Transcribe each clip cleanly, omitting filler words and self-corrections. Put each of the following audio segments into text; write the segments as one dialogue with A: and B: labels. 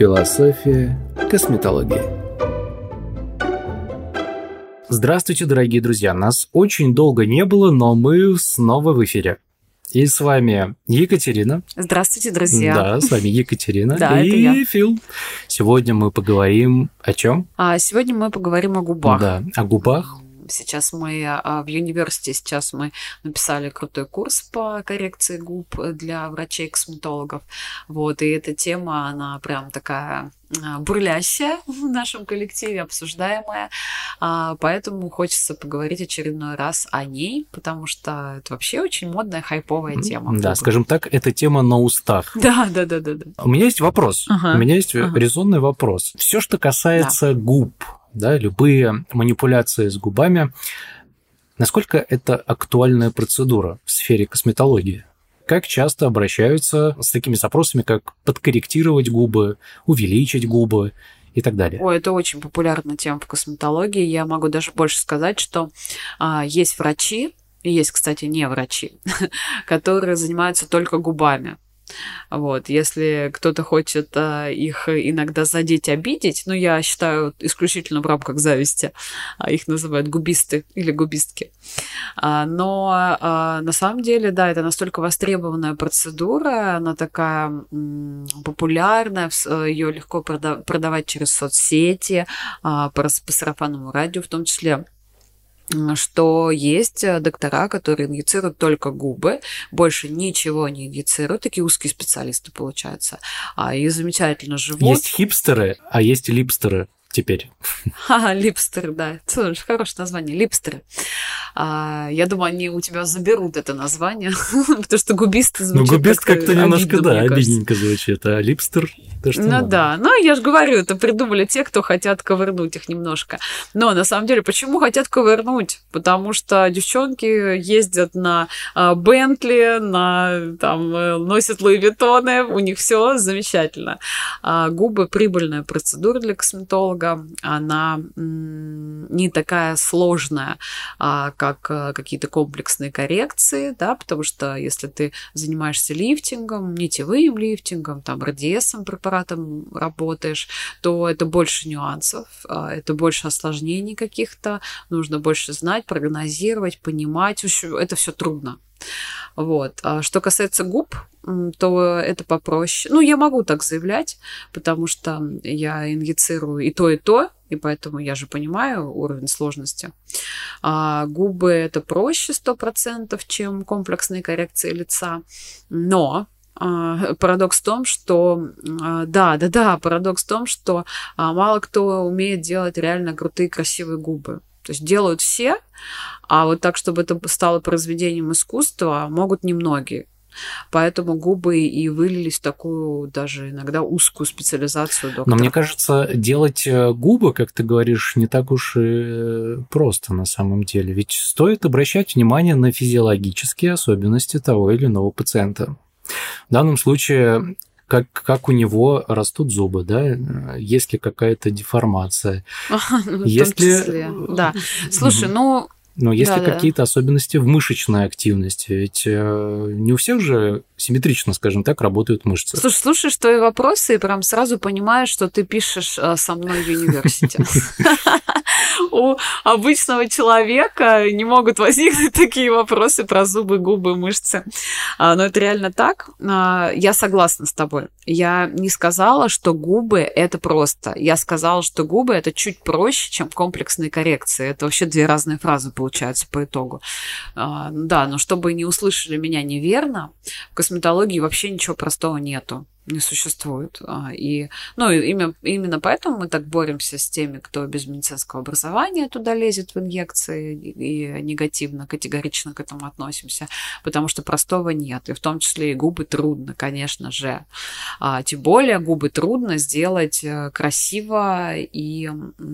A: Философия косметологии. Здравствуйте, дорогие друзья! Нас очень долго не было, но мы снова в эфире. И с вами Екатерина.
B: Здравствуйте, друзья.
A: Да, с вами Екатерина
B: Да,
A: и
B: это я.
A: Фил. Сегодня мы поговорим о чем?
B: Сегодня мы поговорим о губах.
A: Да, о губах.
B: Сейчас мы в университете написали крутой курс по коррекции губ для врачей-косметологов. Вот, и эта тема, она прям такая бурлящая в нашем коллективе, обсуждаемая. Поэтому хочется поговорить очередной раз о ней, потому что это вообще очень модная, хайповая тема.
A: Да, скажем так, эта тема на устах.
B: Да.
A: У меня есть вопрос. У меня есть резонный вопрос. Все, что касается губ, да, любые манипуляции с губами, насколько это актуальная процедура в сфере косметологии? Как часто обращаются с такими запросами, как подкорректировать губы, увеличить губы и так далее?
B: Ой, это очень популярная тема в косметологии. Я могу даже больше сказать, что есть врачи, и есть, кстати, не врачи, которые занимаются только губами. Вот, если кто-то хочет их иногда задеть, обидеть, я считаю исключительно в рамках зависти, их называют губисты или губистки. Но на самом деле, да, это настолько востребованная процедура, она такая популярная, ее легко продавать через соцсети, по сарафанному радио в том числе, что есть доктора, которые инъецируют только губы, больше ничего не инъецируют, такие узкие специалисты получаются, и замечательно живут.
A: Есть хипстеры, а есть липстеры теперь.
B: Липстеры, да, слушай, хорошее название, липстеры. Я думаю, они у тебя заберут это название, потому что губисты звучит
A: губист как-то немножко,
B: обидно,
A: обидненько звучит, а липстер то, что надо.
B: Да, я же говорю, это придумали те, кто хотят ковырнуть их немножко. Но на самом деле, почему хотят ковырнуть? Потому что девчонки ездят на Бентли, носят Луи Виттоны, у них все замечательно. Губы — прибыльная процедура для косметолога, она не такая сложная, как какие-то комплексные коррекции, да, потому что если ты занимаешься лифтингом, нитевым лифтингом, РДСом, препаратом работаешь, то это больше нюансов, это больше осложнений каких-то, нужно больше знать, прогнозировать, понимать, это все трудно. Вот. Что касается губ, то это попроще. Я могу так заявлять, потому что я инъецирую и то, и поэтому я же понимаю уровень сложности. Губы — это проще 100%, чем комплексные коррекции лица, но парадокс в том, что парадокс в том, что мало кто умеет делать реально крутые, красивые губы. То есть делают все, а вот так, чтобы это стало произведением искусства, могут немногие. Поэтому губы и вылились в такую даже иногда узкую специализацию доктора.
A: Но мне кажется, делать губы, как ты говоришь, не так уж и просто на самом деле. Ведь стоит обращать внимание на физиологические особенности того или иного пациента. В данном случае, как у него растут зубы, да? Есть ли какая-то деформация?
B: В том числе, да. Слушай,
A: Но есть ли какие-то особенности в мышечной активности? Ведь не у всех же симметрично, скажем так, работают мышцы.
B: Слушай, слушаешь твои вопросы и прям сразу понимаешь, что ты пишешь со мной в университете. У обычного человека не могут возникнуть такие вопросы про зубы, губы, мышцы. Но это реально так. Я согласна с тобой. Я не сказала, что губы — это просто. Я сказала, что губы — это чуть проще, чем комплексные коррекции. Это вообще две разные фразы получаются по итогу. Да, но чтобы не услышали меня неверно, в косметологии вообще ничего простого нету. Не существует. И именно поэтому мы так боремся с теми, кто без медицинского образования туда лезет в инъекции, и негативно, категорично к этому относимся, потому что простого нет. И в том числе и губы трудно, конечно же. Тем более губы трудно сделать красиво и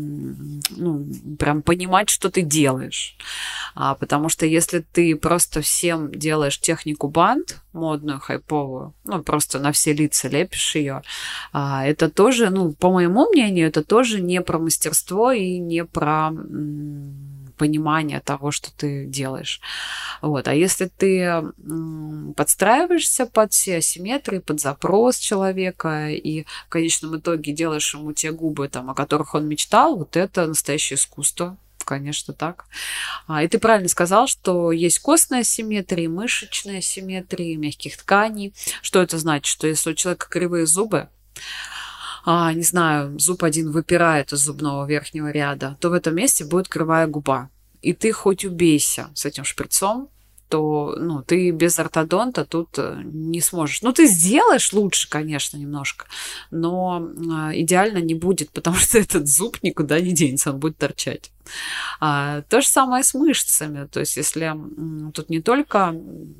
B: прям понимать, что ты делаешь. Потому что если ты просто всем делаешь технику бант, модную, хайповую, просто на все лица лепишь ее, это тоже, по моему мнению, это тоже не про мастерство и не про понимания того, что ты делаешь. Вот. А если ты подстраиваешься под все асимметрии, под запрос человека, и в конечном итоге делаешь ему те губы, там, о которых он мечтал, вот это настоящее искусство. Конечно, так. И ты правильно сказал, что есть костная асимметрия, мышечная асимметрия, мягких тканей. Что это значит? Что если у человека кривые зубы, не знаю, зуб один выпирает из зубного верхнего ряда, то в этом месте будет кривая губа. И ты хоть убейся с этим шприцом, то ты без ортодонта тут не сможешь. Ты сделаешь лучше, конечно, немножко, но идеально не будет, потому что этот зуб никуда не денется, он будет торчать. То же самое с мышцами. То есть если тут не только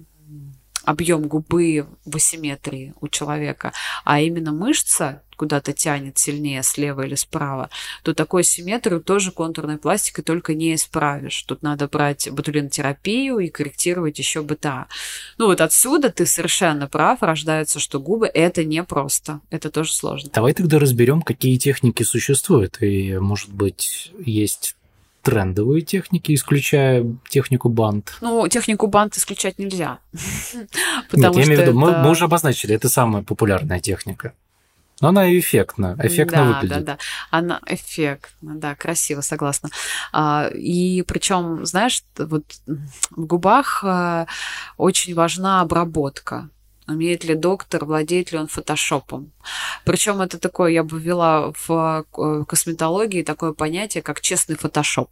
B: объем губы в асимметрии у человека, а именно мышца куда-то тянет сильнее слева или справа, то такую асимметрию тоже контурной пластикой только не исправишь. Тут надо брать ботулинотерапию и корректировать еще БТА. Вот отсюда ты совершенно прав, рождается, что губы – это непросто, это тоже сложно.
A: Давай тогда разберем, какие техники существуют, и, может быть, есть трендовые техники, исключая технику бант?
B: Технику бант исключать нельзя.
A: Нет, я имею в виду, мы уже обозначили, это самая популярная техника. Но она эффектно выглядит.
B: Да, она эффектно, да, красиво, согласна. И причем, знаешь, вот в губах очень важна обработка. Умеет ли доктор, владеет ли он фотошопом. Причем это такое, я бы ввела в косметологии такое понятие, как честный фотошоп.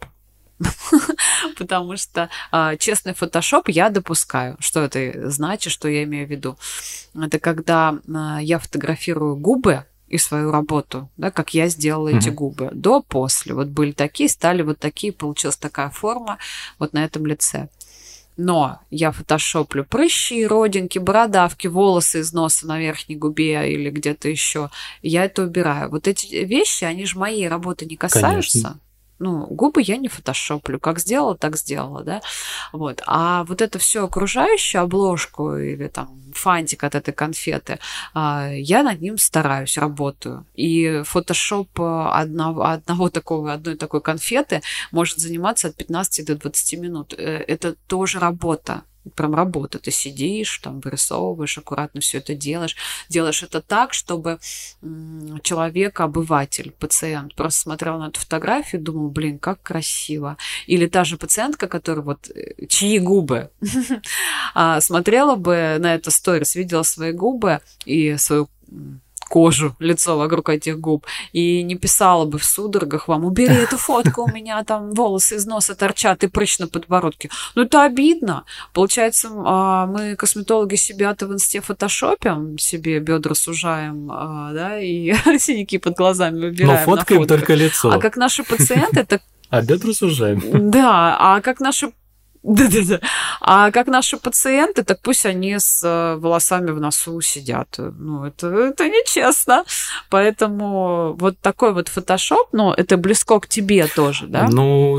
B: Потому что честный фотошоп я допускаю. Что это значит, что я имею в виду? Это когда я фотографирую губы и свою работу, да, как я сделала эти губы. До-после. Вот были такие, стали вот такие, получилась такая форма вот на этом лице. Но я фотошоплю прыщи, родинки, бородавки, волосы из носа на верхней губе или где-то еще. Я это убираю. Вот эти вещи, они же моей работы не касаются.
A: Конечно.
B: Губы я не фотошоплю. Как сделала, так сделала, да. Вот. А вот это все окружающую обложку или там фантик от этой конфеты, я над ним стараюсь, работаю. И фотошоп одной такой конфеты может заниматься от 15 до 20 минут. Это тоже работа. Прям работа. Ты сидишь, там вырисовываешь, аккуратно все это делаешь. Делаешь это так, чтобы человек, обыватель, пациент просто смотрел на эту фотографию и думал, блин, как красиво. Или та же пациентка, которая чьи губы, смотрела бы на это сторис, видела свои губы и свою кожу, лицо вокруг этих губ, и не писала бы в судорогах вам, убери эту фотку, у меня там волосы из носа торчат и прыщ на подбородке. Это обидно. Получается, мы, косметологи, себя-то в инсте фотошопим, себе бедра сужаем, да, и синяки под глазами выбираем.
A: Но фоткаем только лицо.
B: А как наши пациенты, так...
A: А бедра сужаем.
B: Да, а как наши... Да. А как наши пациенты, так пусть они с волосами в носу сидят. Это нечестно. Поэтому вот такой вот фотошоп, это близко к тебе тоже, да?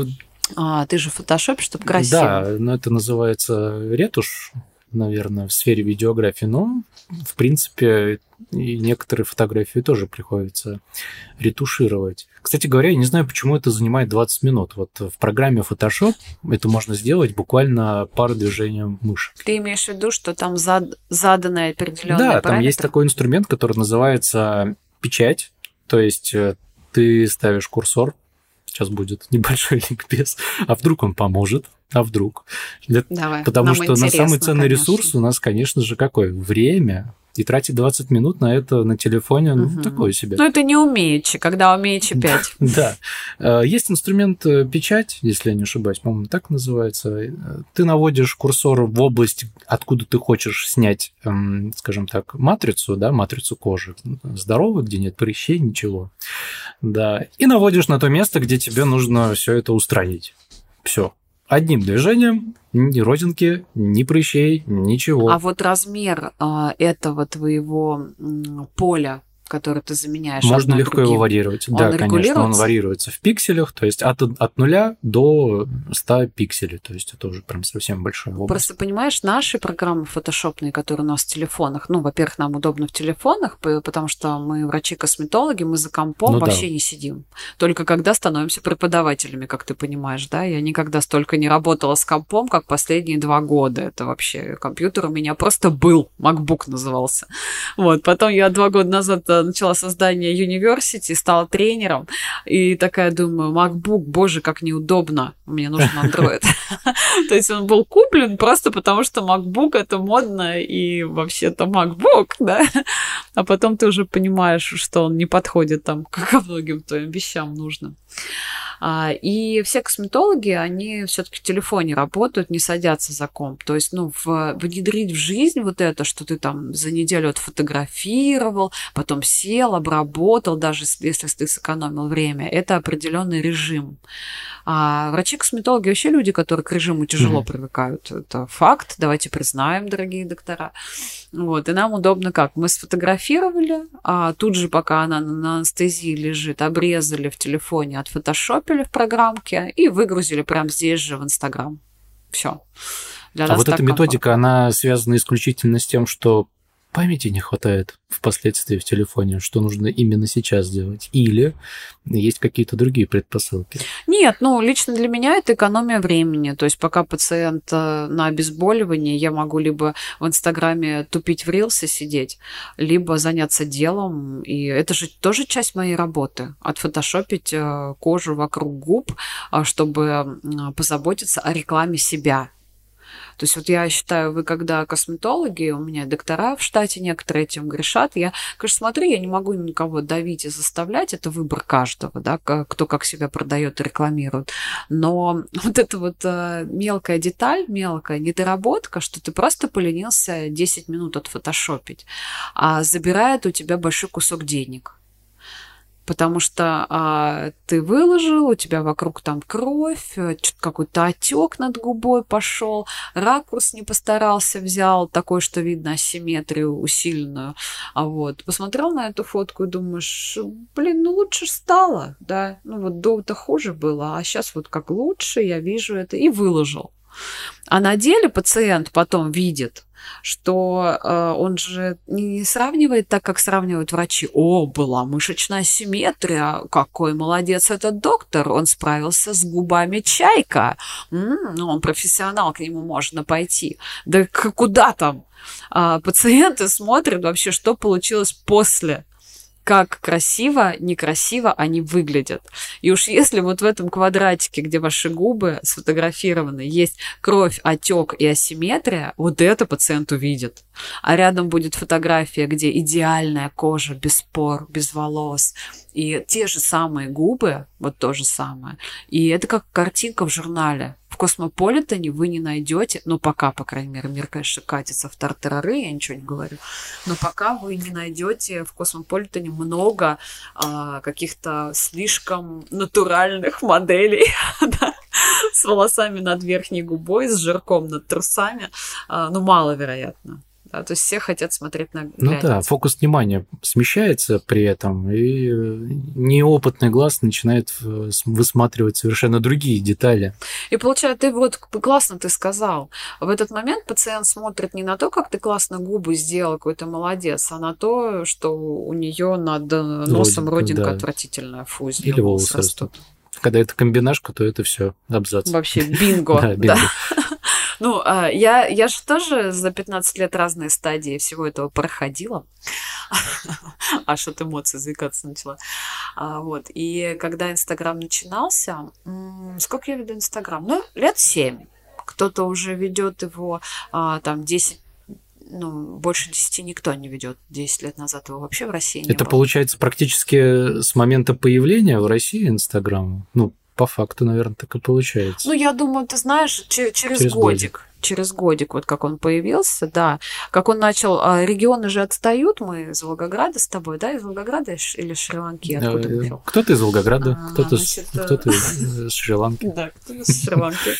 B: Ты же фотошоп, чтобы красиво.
A: Да, но это называется ретушь, наверное, в сфере видеографии. Но, в принципе, и некоторые фотографии тоже приходится ретушировать. Кстати говоря, я не знаю, почему это занимает 20 минут. Вот в программе Photoshop это можно сделать буквально пару движений мыши.
B: Ты имеешь в виду, что там заданная определенная
A: параметр? Да, там есть такой инструмент, который называется печать. То есть ты ставишь курсор, сейчас будет небольшой ликбез, а вдруг он поможет, а вдруг?
B: Давай,
A: потому что на самый ценный
B: конечно.
A: Ресурс у нас, конечно же, какой? Время. И тратить 20 минут на это на телефоне, такое себе.
B: Это не умеючи, когда умеючи 5.
A: Да. Есть инструмент печать, если я не ошибаюсь, по-моему, так называется. Ты наводишь курсор в область, откуда ты хочешь снять, скажем так, матрицу кожи. Здоровую, где нет прыщей, ничего. Да. И наводишь на то место, где тебе нужно все это устранить. Все. Одним движением, ни родинки, ни прыщей, ничего.
B: А вот размер этого твоего поля который ты заменяешь.
A: Можно легко
B: другим.
A: его варьировать. Да, конечно, он варьируется в пикселях, то есть от 0 до 100 пикселей, то есть это уже прям совсем большая область.
B: Просто, понимаешь, наши программы фотошопные, которые у нас в телефонах, ну, во-первых, нам удобно в телефонах, потому что мы врачи-косметологи, мы за компом вообще не сидим. Только когда становимся преподавателями, как ты понимаешь, да? Я никогда столько не работала с компом, как последние 2 года. Это вообще компьютер у меня просто был, MacBook назывался. Вот, потом я 2 года назад начала создание University, стала тренером, и такая думаю, MacBook, боже, как неудобно, мне нужен Android. То есть он был куплен просто потому, что MacBook это модно, и вообще-то MacBook, да? А потом ты уже понимаешь, что он не подходит там ко многим твоим вещам нужным. И все косметологи, они все-таки в телефоне работают, не садятся за комп. То есть, ну, внедрить в жизнь вот это, что ты там за неделю отфотографировал, потом сел, обработал, даже если ты сэкономил время, это определенный режим. А врачи-косметологи вообще люди, которые к режиму тяжело привыкают. Это факт, давайте признаем, дорогие доктора. Вот, и нам удобно как? Мы сфотографировали, а тут же, пока она на анестезии лежит, обрезали в телефоне, отфотошопили в программке и выгрузили прямо здесь же в Инстаграм. Все.
A: А вот эта методика, она связана исключительно с тем, что памяти не хватает впоследствии в телефоне, что нужно именно сейчас делать? Или есть какие-то другие предпосылки?
B: Нет, ну, лично для меня это экономия времени. То есть пока пациент на обезболивании, я могу либо в Инстаграме тупить в рилсе сидеть, либо заняться делом. И это же тоже часть моей работы. Отфотошопить кожу вокруг губ, чтобы позаботиться о рекламе себя. То есть вот я считаю, вы когда косметологи, у меня доктора в штате некоторые этим грешат, я, конечно, смотрю, я не могу никого давить и заставлять, это выбор каждого, да, кто как себя продает и рекламирует. Но вот эта вот мелкая деталь, мелкая недоработка, что ты просто поленился 10 минут отфотошопить, а забирает у тебя большой кусок денег. Потому что ты выложил, у тебя вокруг там кровь, какой-то отек над губой пошел, ракурс не постарался, взял такой, что видно асимметрию усиленную. Вот. Посмотрел на эту фотку и думаешь, блин, ну лучше стало, да, ну вот до-то хуже было, а сейчас вот как лучше, я вижу это, и выложил. А на деле пациент потом видит, что он же не сравнивает так, как сравнивают врачи. О, была мышечная асимметрия, какой молодец этот доктор, он справился с губами чайка. Ну, он профессионал, к нему можно пойти. Да куда там? Пациенты смотрят вообще, что получилось после. Как красиво, некрасиво они выглядят. И уж если вот в этом квадратике, где ваши губы сфотографированы, есть кровь, отек и асимметрия, вот это пациент увидит. А рядом будет фотография, где идеальная кожа, без пор, без волос, и те же самые губы, вот то же самое. И это как картинка в журнале. В Космополитене вы не найдете, ну пока, по крайней мере, мир, конечно, катится в тартарары, я ничего не говорю, но пока вы не найдете в Космополитене много каких-то слишком натуральных моделей, да, с волосами над верхней губой, с жирком над трусами, ну маловероятно. Да, то есть все хотят смотреть на глянец.
A: Ну да, фокус внимания смещается при этом, и неопытный глаз начинает высматривать совершенно другие детали.
B: И получается, ты вот классно ты сказал, в этот момент пациент смотрит не на то, как ты классно губы сделал, какой-то молодец, а на то, что у нее над носом родинка да. Отвратительная, фу, из
A: или волосы растут. Когда это комбинашка, то это все абзац.
B: Вообще бинго.
A: Да, бинго.
B: Ну, я же тоже за 15 лет разные стадии всего этого проходила. Аж от эмоций заикаться начала. Вот. И когда Инстаграм начинался, сколько я веду Инстаграм? Ну, лет 7. Кто-то уже ведет его там 10, ну, больше 10 никто не ведет. 10 лет назад его вообще в России не было.
A: Это получается практически с момента появления в России Инстаграма? Ну, по факту, наверное, так и получается.
B: Ну, я думаю, ты знаешь, через годик. Через годик, вот как он появился, да. Как он начал... Регионы же отстают, мы из Волгограда с тобой, да? Из Волгограда или Шри-Ланки? Откуда
A: кто-то из Волгограда, кто-то из Шри-Ланки.
B: Да, кто-то из Шри-Ланки.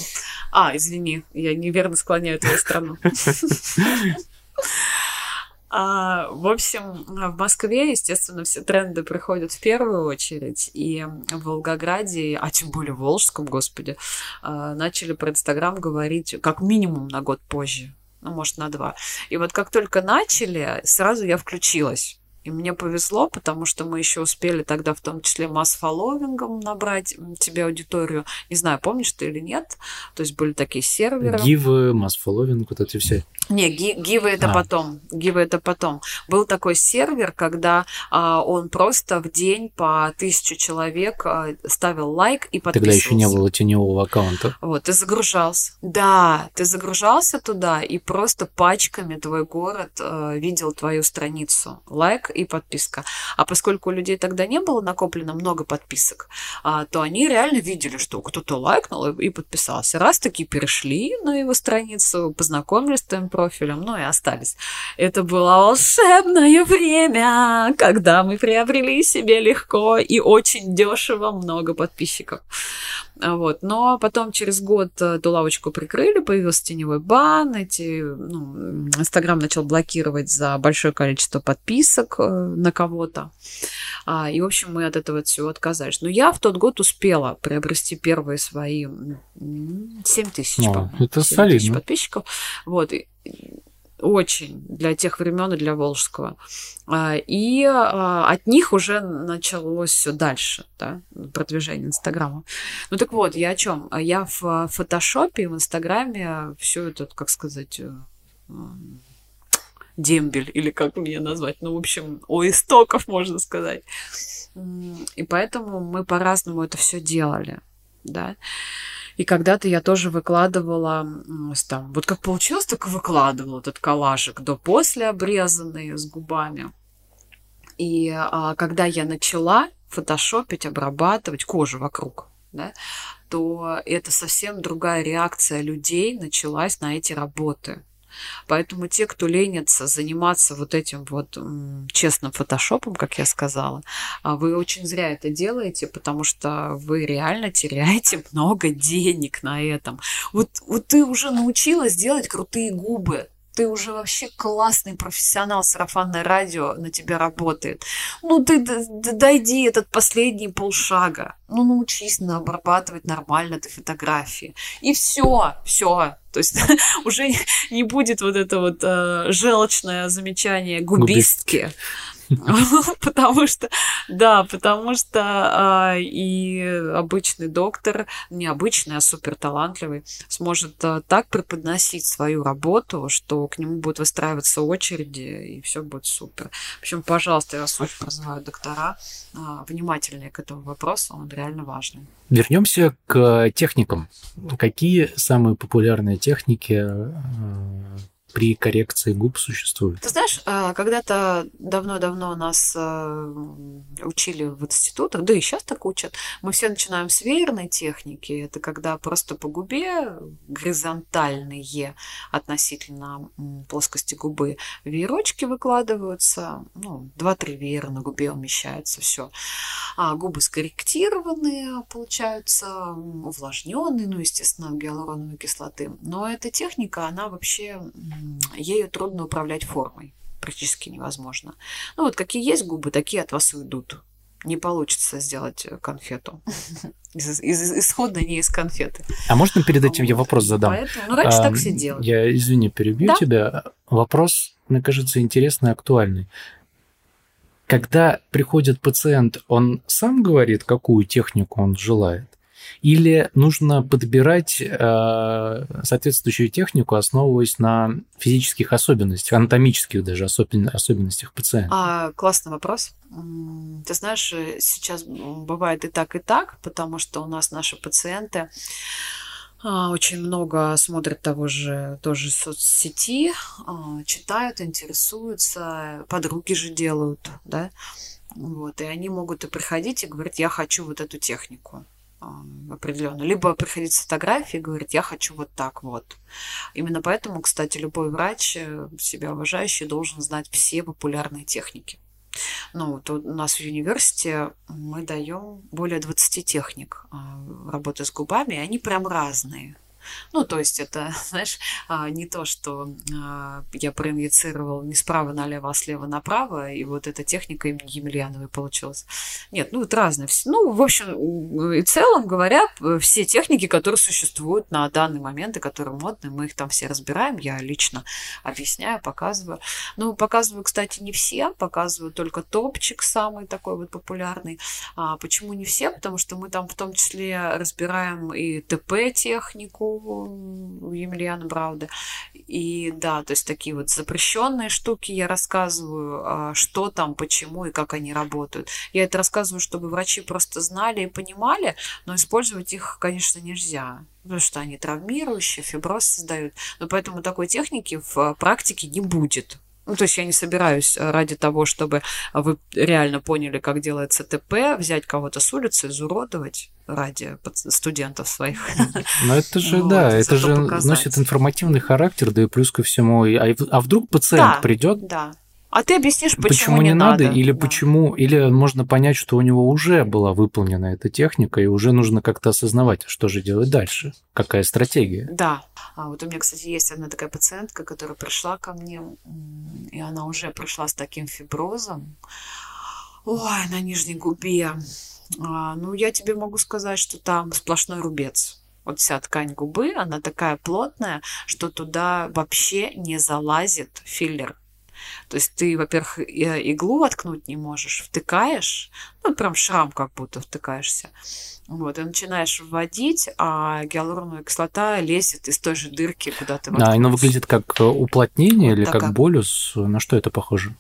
B: Извини, я неверно склоняю твою страну. В общем, в Москве, естественно, все тренды приходят в первую очередь, и в Волгограде, а тем более в Волжском, господи, начали про Инстаграм говорить как минимум на год позже, ну, может, на 2. И вот как только начали, сразу я включилась. И мне повезло, потому что мы еще успели тогда в том числе масс-фолловингом набрать тебе аудиторию. Не знаю, помнишь ты или нет. То есть были такие серверы.
A: Гивы, масс-фолловинг, вот эти все.
B: Не, гивы это потом. Гивы это потом. Был такой сервер, когда он просто в день по 1000 человек ставил лайк и подписывался.
A: Тогда еще не было теневого аккаунта.
B: Вот, ты загружался. Да, ты загружался туда, и просто пачками твой город видел твою страницу. Лайк и подписка. А поскольку у людей тогда не было накоплено много подписок, то они реально видели, что кто-то лайкнул и подписался. Раз таки перешли на его страницу, познакомились с твоим профилем, ну и остались. Это было волшебное время, когда мы приобрели себе легко и очень дешево много подписчиков. Вот. Но потом через год эту лавочку прикрыли, появился теневой бан, Инстаграм начал блокировать за большое количество подписок на кого-то. И, в общем, мы от этого всего отказались. Но я в тот год успела приобрести первые свои 7 тысяч,
A: это солидно.
B: Подписчиков. Вот. Очень для тех времен и для Волжского. И от них уже началось все дальше, да, продвижение Инстаграма. Ну так вот, я о чем? Я в фотошопе и в Инстаграме все это, как сказать, дембель, или как мне назвать, ну, в общем, у истоков, можно сказать. И поэтому мы по-разному это все делали, да. И когда-то я тоже выкладывала, там, вот как получилось, так и выкладывала этот коллажик до-после обрезанный с губами. И когда я начала фотошопить, обрабатывать кожу вокруг, да, то это совсем другая реакция людей началась на эти работы. Поэтому те, кто ленится заниматься вот этим вот честным фотошопом, как я сказала, вы очень зря это делаете, потому что вы реально теряете много денег на этом. Вот ты уже научилась делать крутые губы. Ты уже вообще классный профессионал, сарафанное радио на тебя работает. Ну, ты дойди этот последний полшага. Ну, научись обрабатывать нормально ты фотографии. И все. То есть уже не будет вот это вот желчное замечание губистки. Потому что и обычный доктор, не обычный, а супер талантливый, сможет так преподносить свою работу, что к нему будут выстраиваться очереди, и все будет супер. В общем, пожалуйста, я вас очень призываю, доктора, внимательнее к этому вопросу, он реально важный.
A: Вернемся к техникам. Какие самые популярные техники при коррекции губ существует?
B: Ты знаешь, когда-то давно-давно нас учили в институтах, да и сейчас так учат, мы все начинаем с веерной техники. Это когда просто по губе горизонтальные относительно плоскости губы веерочки выкладываются, 2-3 веера на губе умещается, все. Губы скорректированные получаются, увлажненные, естественно, гиалуроновой кислоты. Но эта техника, она вообще... ею трудно управлять формой. Практически невозможно. Вот какие есть губы, такие от вас уйдут. Не получится сделать конфету. Исходно не из конфеты.
A: А можно перед этим я вопрос задам?
B: Поэтому, раньше так все делали.
A: Я, извини, перебью тебя. Вопрос, мне кажется, интересный и актуальный. Когда приходит пациент, он сам говорит, какую технику он желает? Или нужно подбирать соответствующую технику, основываясь на физических особенностях, анатомических даже особенностях пациента?
B: Классный вопрос. Ты знаешь, сейчас бывает и так, потому что у нас наши пациенты очень много смотрят тоже соцсети, читают, интересуются, подруги же делают, да, вот, и они могут и приходить и говорить, я хочу вот эту технику. Определенно. Либо приходить с фотографией и говорить, я хочу вот так вот. Именно поэтому, кстати, любой врач, себя уважающий, должен знать все популярные техники. Вот у нас в университете мы даем более 20 техник работы с губами, и они прям разные. Ну, то есть это, знаешь, не то, что я проинъецировал не справа налево, а слева направо, и вот эта техника имени Емельяновой получилась. Нет, ну, это разное. Ну, в общем и целом говоря, все техники, которые существуют на данный момент и которые модны, мы их там все разбираем, я лично объясняю, показываю. Ну, показываю, кстати, не все, показываю только топчик самый такой вот популярный. Почему не все? Потому что мы там в том числе разбираем и ТП-технику у Емельяна Брауда. И да, то есть такие вот запрещенные штуки я рассказываю, что там, почему и как они работают. Я это рассказываю, чтобы врачи просто знали и понимали, но использовать их, конечно, нельзя, потому что они травмирующие, фиброз создают. Но поэтому такой техники в практике не будет. Ну, то есть я не собираюсь ради того, чтобы вы реально поняли, как делается ТП, взять кого-то с улицы, изуродовать ради студентов своих.
A: Но это же, да, это же носит информативный характер, да и плюс ко всему, а вдруг пациент придет?
B: Да. А ты объяснишь,
A: почему не надо, или почему, или можно понять, что у него уже была выполнена эта техника, и уже нужно как-то осознавать, что же делать дальше, какая стратегия.
B: Да. Вот у меня, кстати, есть одна такая пациентка, которая пришла ко мне, и она уже пришла с таким фиброзом. Ой, на нижней губе. Ну, я тебе могу сказать, что там сплошной рубец. Вот вся ткань губы, она такая плотная, что туда вообще не залазит филлер. То есть ты, во-первых, иглу воткнуть не можешь, втыкаешь, ну, прям шрам как будто втыкаешься. Вот, и начинаешь вводить, а гиалуроновая кислота лезет из той же дырки, куда ты воткнулся.
A: Да, оно выглядит как уплотнение вот или как болюс. На что это похоже?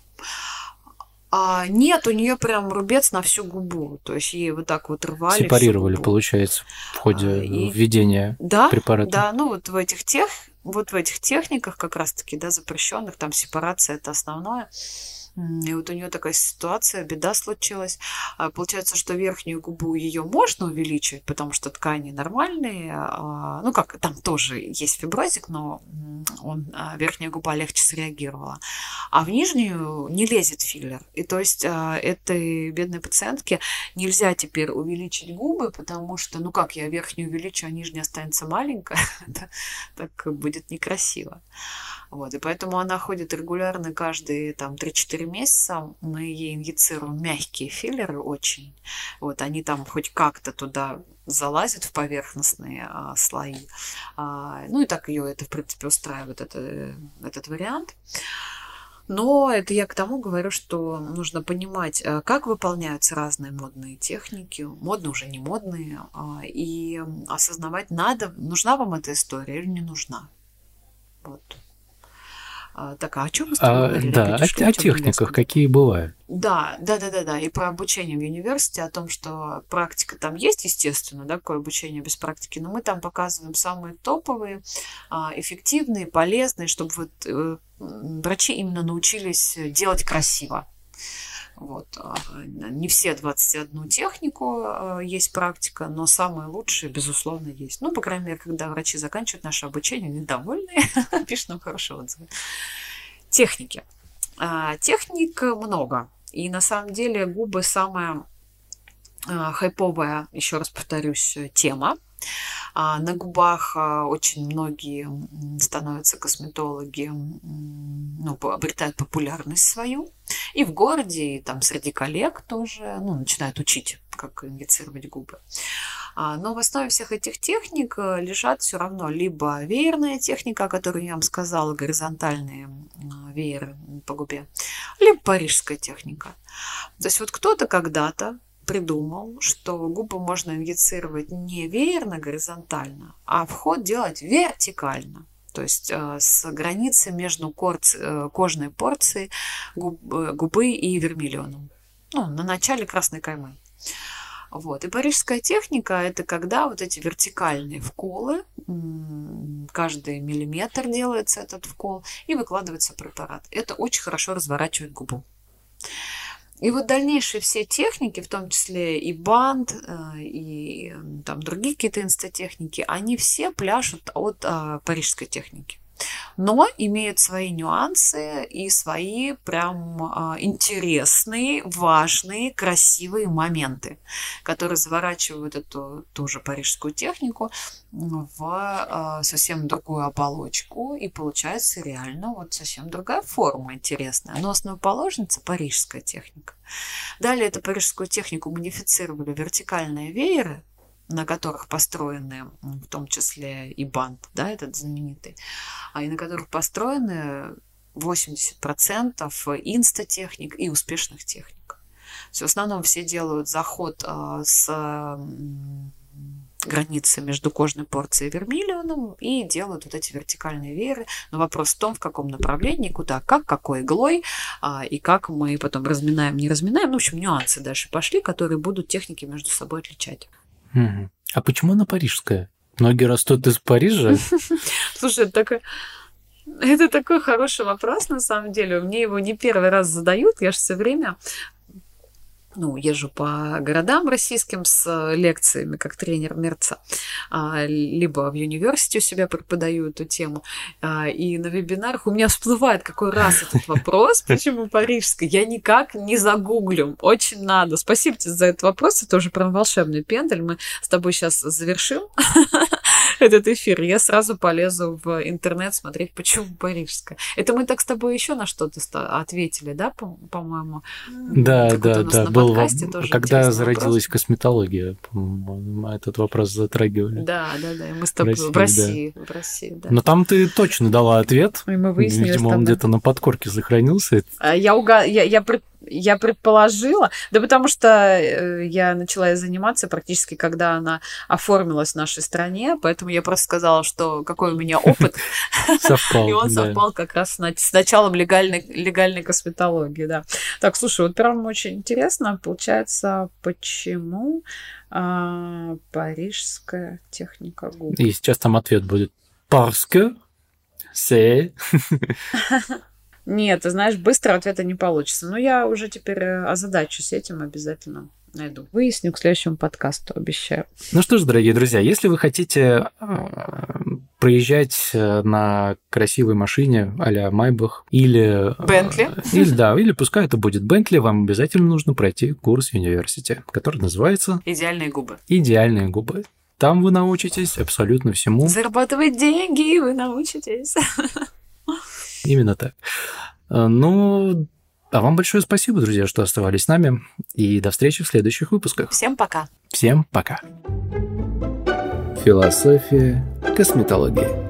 B: Нет, у нее прям рубец на всю губу. То есть ей вот так вот рвали.
A: Сепарировали, получается, в ходе введения препарата.
B: Да, ну вот в этих техниках как раз-таки, да, запрещенных, там сепарация это основное. И вот у нее такая ситуация, беда случилась. Получается, что верхнюю губу ее можно увеличивать, потому что ткани нормальные. Ну как, там тоже есть фиброзик, но верхняя губа легче среагировала. А в нижнюю не лезет филлер. И то есть этой бедной пациентке нельзя теперь увеличить губы, потому что, ну как, я верхнюю увеличу, а нижняя останется маленькая. Так будет некрасиво. Вот, и поэтому она ходит регулярно каждые там 3-4 месяца. Мы ей инъецируем мягкие филлеры очень. Вот, они там хоть как-то туда залазят в поверхностные слои. Ну и так ее это, в принципе, устраивает этот вариант. Но это я к тому говорю, что нужно понимать, как выполняются разные модные техники, модные уже не модные, и осознавать, нужна вам эта история или не нужна. Вот. Так, о чем мы с тобой говорили?
A: Да, о техниках, какие бывают.
B: Да, и про обучение в университете, о том, что практика там есть, естественно, да, какое обучение без практики, но мы там показываем самые топовые, эффективные, полезные, чтобы вот врачи именно научились делать красиво. Вот. Не все 21 технику есть практика, но самые лучшие, безусловно, есть. Ну, по крайней мере, когда врачи заканчивают наше обучение, они довольны, пишут нам хорошие отзывы. Техники. Техник много. И на самом деле губы самая хайповая, еще раз повторюсь, тема. На губах очень многие становятся косметологи, ну, обретают популярность свою. И в городе, и там среди коллег тоже, ну, начинают учить, как инъецировать губы. Но в основе всех этих техник лежат все равно либо веерная техника, о которой я вам сказала, горизонтальные вееры по губе, либо парижская техника. То есть вот кто-то когда-то придумал, что губы можно инъецировать не веерно, горизонтально, а вход делать вертикально. То есть с границы между кожной порцией губы и вермиллионом. Ну, на начале красной каймы. Вот. И парижская техника – это когда вот эти вертикальные вколы, каждый миллиметр делается этот вкол, и выкладывается препарат. Это очень хорошо разворачивает губу. И вот дальнейшие все техники, в том числе и бант, и там другие какие-то инстатехники, они все пляшут от парижской техники. но имеют свои нюансы и свои прям интересные, важные, красивые моменты, которые заворачивают эту тоже парижскую технику в совсем другую оболочку, и получается реально вот совсем другая форма интересная. Но основоположница – парижская техника. Далее эту парижскую технику модифицировали вертикальные вееры, на которых построены, в том числе и бант, да, этот знаменитый, и на которых построены 80% инстатехник и успешных техник. В основном все делают заход с границы между кожной порцией и вермиллионом и делают вот эти вертикальные вееры. Но вопрос в том, в каком направлении, куда, как, какой иглой, и как мы потом разминаем, не разминаем. Ну, в общем, нюансы дальше пошли, которые будут техники между собой отличать.
A: А почему она парижская? Многие растут из Парижа.
B: Слушай, это такой хороший вопрос, на самом деле. Мне его не первый раз задают. Я же все время езжу по городам российским с лекциями, как тренер Мерца, либо в университете у себя преподаю эту тему, и на вебинарах у меня всплывает какой раз этот вопрос, почему парижская, я никак не загуглю, очень надо. Спасибо тебе за этот вопрос, это уже прям волшебный пендель, мы с тобой сейчас завершим этот эфир, я сразу полезу в интернет смотреть, почему парижская. Это мы так с тобой еще на что-то ответили, да, по-моему?
A: Да, был когда зародилась косметология, мы этот вопрос затрагивали.
B: Да, мы с тобой в России, да.
A: Но там ты точно дала ответ.
B: И мы выяснили,
A: видимо, он где-то на подкорке сохранился.
B: Я предположила, да потому что я начала заниматься практически, когда она оформилась в нашей стране, поэтому я просто сказала, что какой у меня опыт,
A: совпал,
B: и он совпал как раз с началом легальной косметологии, да. Так, слушай, вот прям очень интересно, получается, почему парижская техника губ?
A: И сейчас там ответ будет parce que c'est...
B: Нет, ты знаешь, быстро ответа не получится. Но я уже теперь озадачусь этим, обязательно найду. Выясню к следующему подкасту, обещаю.
A: Ну что ж, дорогие друзья, если вы хотите проезжать на красивой машине а-ля Майбах или...
B: Бентли.
A: Или пускай это будет Бентли, вам обязательно нужно пройти курс в университете, который называется...
B: «Идеальные губы».
A: «Идеальные губы». Там вы научитесь абсолютно всему.
B: Зарабатывать деньги вы научитесь.
A: Именно так. Ну, а вам большое спасибо, друзья, что оставались с нами. И до встречи в следующих выпусках.
B: Всем пока.
A: Всем пока. Философия косметологии.